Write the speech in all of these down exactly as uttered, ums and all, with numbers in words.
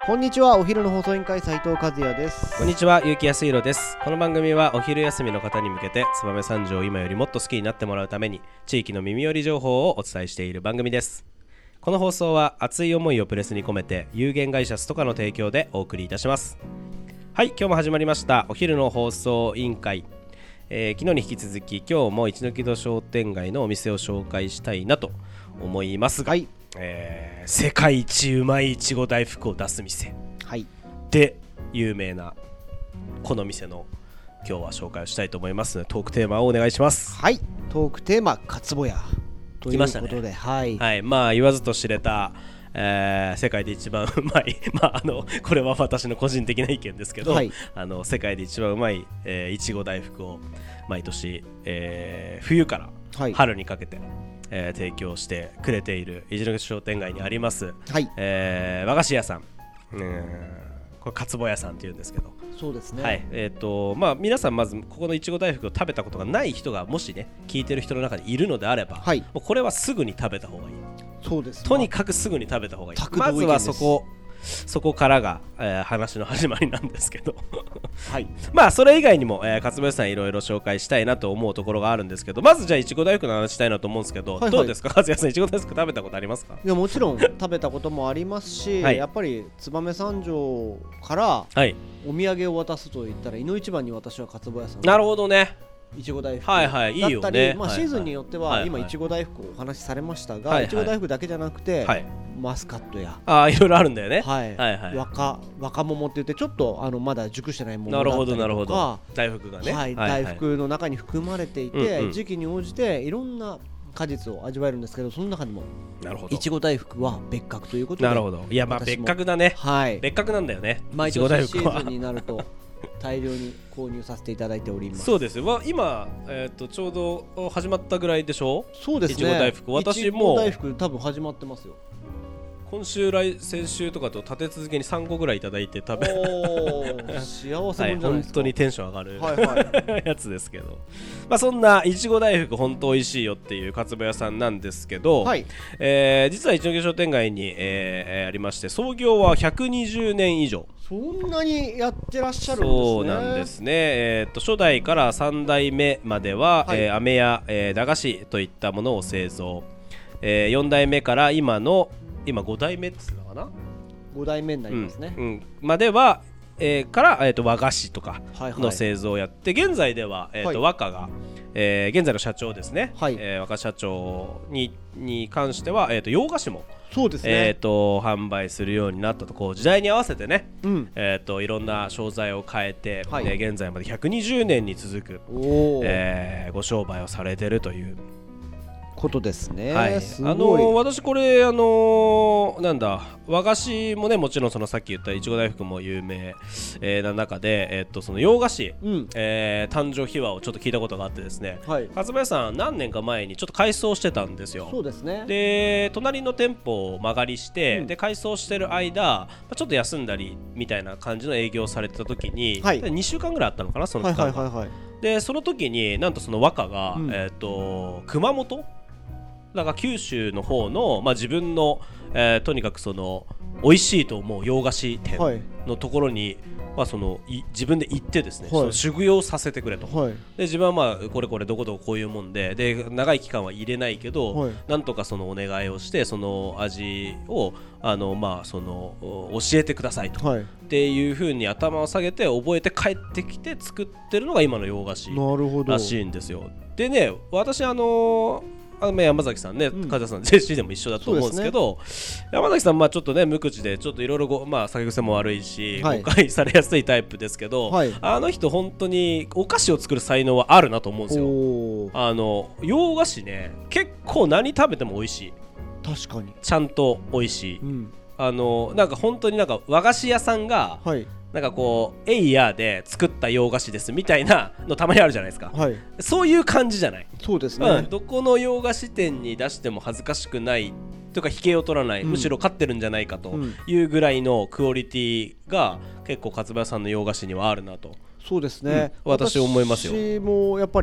こんにちは。お昼の放送委員会斉藤和也です。 こんにちは、結城康弘です。この番組はお昼休みの方に向けて燕三条を今よりもっと好きになってもらうために地域の耳寄り情報をお伝えしている番組です。この放送は熱い思いをプレスに込めて有限会社ストカの提供でお送りいたします。はい、今日も始まりましたお昼の放送委員会、えー、昨日に引き続き今日も一ノ木戸商店街のお店を紹介したいなと思いますが、はい、えー、世界一うまいいちご大福を出す店、はい、で有名なこの店の今日は紹介をしたいと思いますので、トークテーマをお願いします。 はい、トークテーマかつぼ屋ということで、来ましたね。はい、はい、 まあ言わずと知れた、えー、世界で一番うまいまああのこれは私の個人的な意見ですけど、はい、あの世界で一番うまい、えー、いちご大福を毎年、えー、冬から春にかけて、はい、えー、提供してくれている一ノ木商店街にあります、はい、えー、和菓子屋さん、うん、これかつぼ屋さんっていうんですけど、 そうですね、 はい、えーとまあ、皆さんまずここのいちご大福を食べたことがない人がもしね聞いてる人の中にいるのであれば、はい、もうこれはすぐに食べた方がいい。 そうです、 とにかくすぐに食べた方がいい。まずはそこそこからが、えー、話の始まりなんですけどはい、まあそれ以外にも、えー、かつぼ屋さんいろいろ紹介したいなと思うところがあるんですけど、まずじゃあいちご大福の話したいなと思うんですけど、はいはい、どうですかかつやさん、いちご大福食べたことありますか？ いやもちろん食べたこともありますし、はい、やっぱり燕三条からお土産を渡すといったらいの一番に私はかつぼ屋さん。 なるほどね。 いちご大福だったり、はいはい、いいよね。 まあ、シーズンによっては、はいはい、今いちご大福をお話しされましたが、いちご大福だけじゃなくて、はい、マスカットやあいろいろあるんだよね、 はいはいはい、若, 若桃って言ってちょっとあのまだ熟してないものだったりとか、なるほどなるほど、 大福がね、 はいはいはい、大福の中に含まれていて、うんうん、時期に応じていろんな果実を味わえるんですけど、その中にもいちご大福は別格ということで。 なるほど。いやまあ別格だね、はい、別格なんだよね。 毎年シーズンになると大量に購入させていただいております。 そうですよ。今、えー、とちょうど始まったぐらいでしょ。 そうですね。 いちご大福、私もいちご大福多分始まってますよ。 今週来先週とかと立て続けにさんこぐらいいただいて食べお幸せもんじゃないですか、はい、 本当にテンション上がる、はいはい、やつですけど、まあ、そんないちご大福本当美味しいよっていうかつぼ屋さんなんですけど、はい、えー、実は一ノ木商店街に、えー、ありまして、創業はひゃくにじゅうねん以上。 そんなにやってらっしゃるんですね。 そうなんですね、えー、と初代からさん代目までは、はい、えー、飴や、えー、駄菓子といったものを製造、えー、よん代目から今の今ご代目って言ったかな、 ご代目になりますね、 うんうん、までは、えー、から、えー、と和菓子とかの製造をやって、はいはい、現在では、えーとはい、和菓が、えー、現在の社長ですね、はい、えー、和菓社長 に, に関しては、えー、と洋菓子もそうですね、 えー、と販売するようになったと、こう時代に合わせてね、うん、えー、といろんな商材を変えて、はい、えー、現在までひゃくにじゅうねんに続く、えー、ご商売をされてるということですね、 はい、 すごい。 あのー、私これ、あのー、なんだ和菓子もね、もちろんそのさっき言ったいちご大福も有名、えー、な中で、えー、っとその洋菓子、うん、えー、誕生秘話をちょっと聞いたことがあってですね、はい、かつぼ屋さん何年か前にちょっと改装してたんですよ。 そうですね。 で隣の店舗を間借りして、うん、で改装してる間ちょっと休んだりみたいな感じの営業をされてた時に、はい、にしゅうかんぐらいあったのかな、その期間が、はいはいはいはい、でその時になんとその和歌が、うん、えー、っと熊本だから九州の方の、まあ、自分の、えー、とにかくその美味しいと思う洋菓子店のところに、はい、まあ、そのい自分で行ってですね、はい、その修行させてくれと、はい、で自分はまあこれこれどこどここういうもんで、で長い期間は入れないけど、はい、なんとかそのお願いをしてその味をあの、まあ、その教えてくださいと、はい、っていう風に頭を下げて覚えて帰ってきて作ってるのが今の洋菓子らしいんですよ。でね、私あのーあの山崎さんね、うん、梶田さん ジェーシー でも一緒だと思うんですけど、ね、山崎さんまあちょっとね無口でちょっといろいろまあ酒癖も悪いし、はい、誤解されやすいタイプですけど、はい、あの人本当にお菓子を作る才能はあるなと思うんですよ。あの洋菓子ね結構何食べても美味しい。 確かにちゃんと美味しい、うん、あのなんか本当になんか和菓子屋さんが、はい、なんかこうエイヤーで作った洋菓子ですみたいなのたまにあるじゃないですか、はい、そういう感じじゃない。 そうですね、 うん、どこの洋菓子店に出しても恥ずかしくないとか引けを取らない、うん、むしろ勝ってるんじゃないかというぐらいのクオリティが結構かつぼ屋さんの洋菓子にはあるなと。 そうですね、 うん、私思いますよ。 私もやっぱり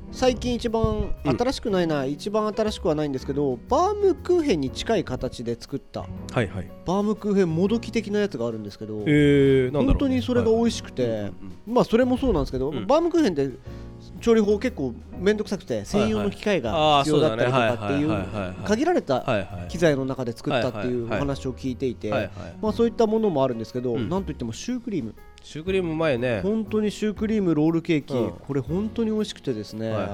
最近一番新しくないな、うん、一番新しくはないんですけど、バームクーヘンに近い形で作った、はいはい、バームクーヘンもどき的なやつがあるんですけど、えー、なんだろう、本当にそれが美味しくて、はい、まあそれもそうなんですけど、うん、バームクーヘンって調理法結構めんどくさくて専用の機械が必要だったりとかっていう限られた機材の中で作ったっていうお話を聞いていて、まあそういったものもあるんですけど、うん、なんといってもシュークリームシュークリームうまいね。 本当にシュークリームロールケーキ、うん、これ本当に美味しくてですね、はいはい、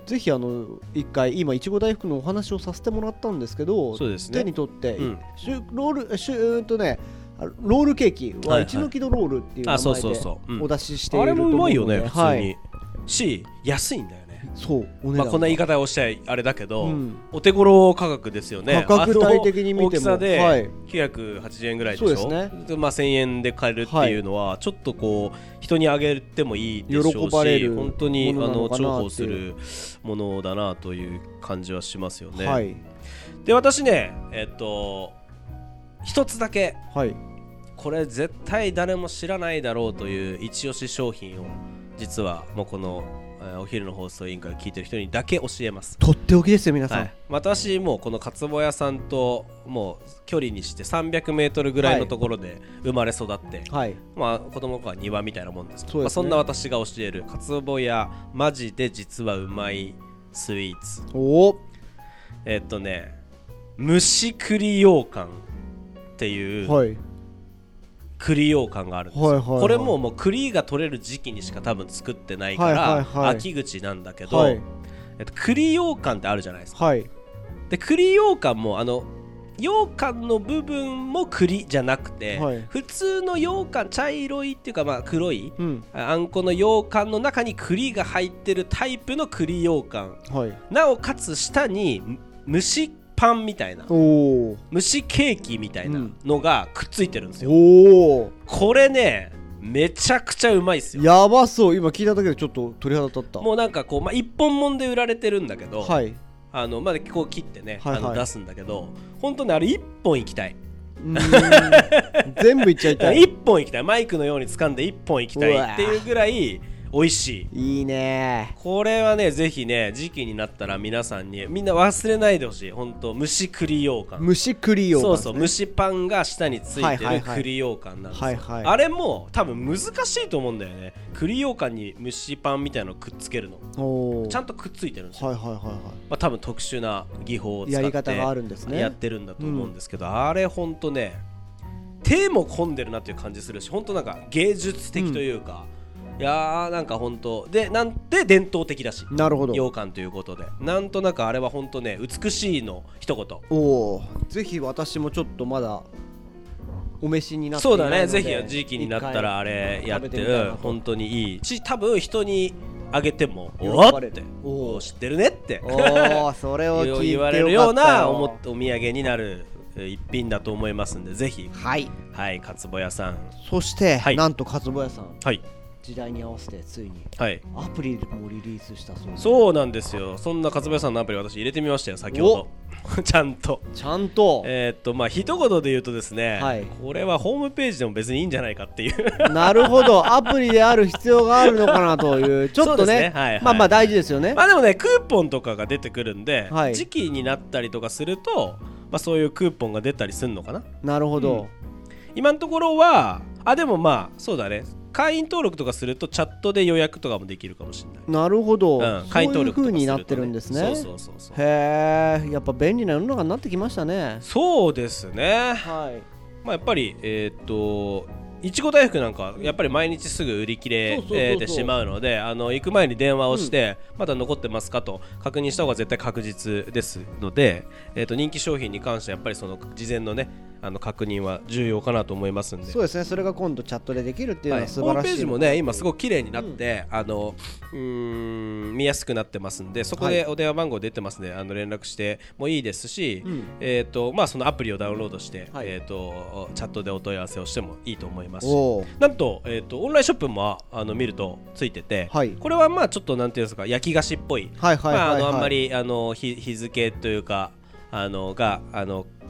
ぜひあの一回今いちご大福のお話をさせてもらったんですけど、そうですね、手に取って、うん、シュロールシューンとねロールケーキは一の木戸ロールっていう名前でお出ししていると思うので、あれもうまいよね普通に、はい、し安いんだよね。そうお値段、まあ、こんな言い方をしてあれだけど、うん、お手頃価格ですよね。価格帯的に見ても大きさできゅうひゃくはちじゅうえんぐらいでしょ、はい、そうですね、まあ、せんえんで買えるっていうのはちょっとこう人にあげてもいいでしょうし、本当にあの重宝するものだなという感じはしますよね、はい、で私ねえっと一つだけ、はい、これ絶対誰も知らないだろうという一押し商品を実はもうこのお昼の放送委員会を聞いてる人にだけ教えます。とっておきですよ皆さん、はい、私もこのかつぼ屋さんともう距離にしてさんびゃくメートルぐらいのところで生まれ育って、はい、まあ子供は庭みたいなもんですけど、 そうですね、まあ、そんな私が教えるかつぼ屋マジで実はうまいスイーツ、おえっとね蒸し栗羊羹っていう、はい、栗羊羹があるんですよ、はいはいはい、これももう栗が取れる時期にしか多分作ってないから、はいはいはい、秋口なんだけど、はい、えっと、栗羊羹ってあるじゃないですか、はい、で栗羊羹もあの羊羹の部分も栗じゃなくて、はい、普通の羊羹茶色いっていうかまあ黒い、うん、あんこの羊羹の中に栗が入ってるタイプの栗羊羹、はい、なおかつ下に蒸しパンみたいな蒸しケーキみたいなのがくっついてるんですよ、うん、おこれねめちゃくちゃうまいっすよ。やばそう。今聞いただけでちょっと鳥肌立った。もうなんかこう、まあ、一本もんで売られてるんだけど、はい、あのまあ、こう切ってね、はいはい、あの出すんだけど本当にあれ一本いきたい。うーん全部いっちゃいたい。一本いきたい。マイクのように掴んで一本いきたいっていうぐらい美味しい。いいね。これはねぜひね時期になったら皆さんにみんな忘れないでほしい。本当蒸し栗羊羹。蒸し栗羊羹、ね、そうそう蒸しパンが下についてる栗羊羹なんですよ、はいはいはい、あれも多分難しいと思うんだよね。栗羊羹に蒸しパンみたいなのくっつけるのちゃんとくっついてるんですよ、はいはいはいはい、まあ、多分特殊な技法を使ってやり方があるんですね。やってるんだと思うんですけど、うん、あれ本当ね手も込んでるなっていう感じするし、本当なんか芸術的というか、うん、いやーなんか本当でなんで伝統的だし、なるほど羊羹ということでなんとなくあれは本当ね美しいの一言。おお、ぜひ私もちょっとまだお召しになっていないので、そうだね、ぜひ時期になったらあれやってる本当にいいし、多分人にあげてもおーってお知ってるねっておそれを聞いて言われるようなおもお土産になる一品だと思いますんで、ぜひはいはいかつぼ屋さん、そして、はい、なんとかつぼ屋さん、はい、時代に合わせてついに、はい、アプリもリリースしたそうです。そうなんですよ。そんなかつぼ屋さんのアプリ私入れてみましたよ先ほどちゃんとちゃんとえー、っとまあ一言で言うとですね、はい、これはホームページでも別にいいんじゃないかっていうなるほど、アプリである必要があるのかなというちょっと ね, ね、はいはい、まあまあ大事ですよね。まあでもねクーポンとかが出てくるんで、はい、時期になったりとかすると、まあ、そういうクーポンが出たりするのかな。なるほど、うん、今のところはあでもまあそうだね、会員登録とかするとチャットで予約とかもできるかもしれない。なるほど、うん、会員登録とかすると、ね、そういう風になってるんですね。そうそうそうそう。へえ、やっぱ便利な世の中になってきましたね。そうですね、はい、まあ、やっぱりえー、っといちご大福なんかやっぱり毎日すぐ売り切れてしまうので、あの行く前に電話をして、うん、まだ残ってますかと確認した方が絶対確実ですので、えー、と人気商品に関してはやっぱりその事前のねあの確認は重要かなと思いますんで。そうですね、それが今度チャットでできるっていうのは素晴らしい、はい、ホームページもね今すごく綺麗になって、うん、あのうーん見やすくなってますんで、そこでお電話番号出てますね、あの連絡してもいいですし、うん、えーとまあ、そのアプリをダウンロードして、はい、えーとチャットでお問い合わせをしてもいいと思いますし、なんと、えーとオンラインショップもあの見るとついてて、はい、これはまあちょっとなんていうんですか焼き菓子っぽい、はいはいはいはい、まあ、あのあんまりあの 日, 日付というかあのがあの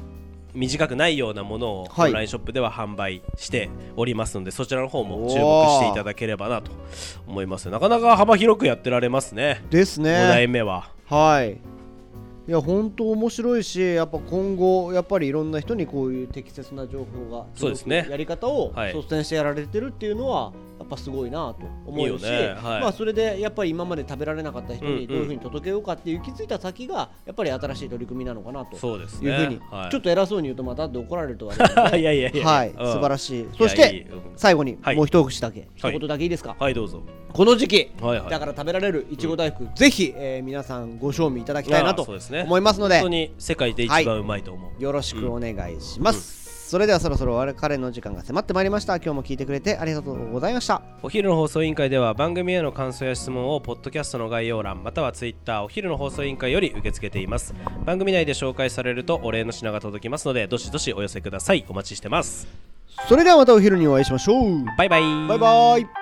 短くないようなものをオンラインショップでは販売しておりますので、はい、そちらの方も注目していただければなと思います。なかなか幅広くやってられますね。 ですね。 ご代目は。 はい。いや本当面白いし、やっぱ今後やっぱりいろんな人にこういう適切な情報がそうですね、 やり方を率先してやられてるっていうのはやっぱすごいなと思うし、いいよね、はい、まあそれでやっぱり今まで食べられなかった人にどういうふうに届けようかっていう行き着いた先がやっぱり新しい取り組みなのかなというふうに、そうですね、はい、ちょっと偉そうに言うとまた後で怒られるとはねいやいやいや、はい、素晴らしい。そして最後にもう一口だけ、はい、一言だけいいですか。 はい、どうぞ。 この時期、はいはい、だから食べられるいちご大福、うん、ぜひ、えー、皆さんご賞味いただきたいなと思いますので、 本当に世界で一番うまいと思う、 はい、よろしくお願いします、うん、それではそろそろお別れの時間が迫ってまいりました。今日も聞いてくれてありがとうございました。 お昼の放送委員会では番組への感想や質問をポッドキャストの概要欄またはツイッターお昼の放送委員会より受け付けています。番組内で紹介されるとお礼の品が届きますのでどしどしお寄せください。お待ちしてます。 それではまたお昼にお会いしましょう。 バイバイ。 バイバイ。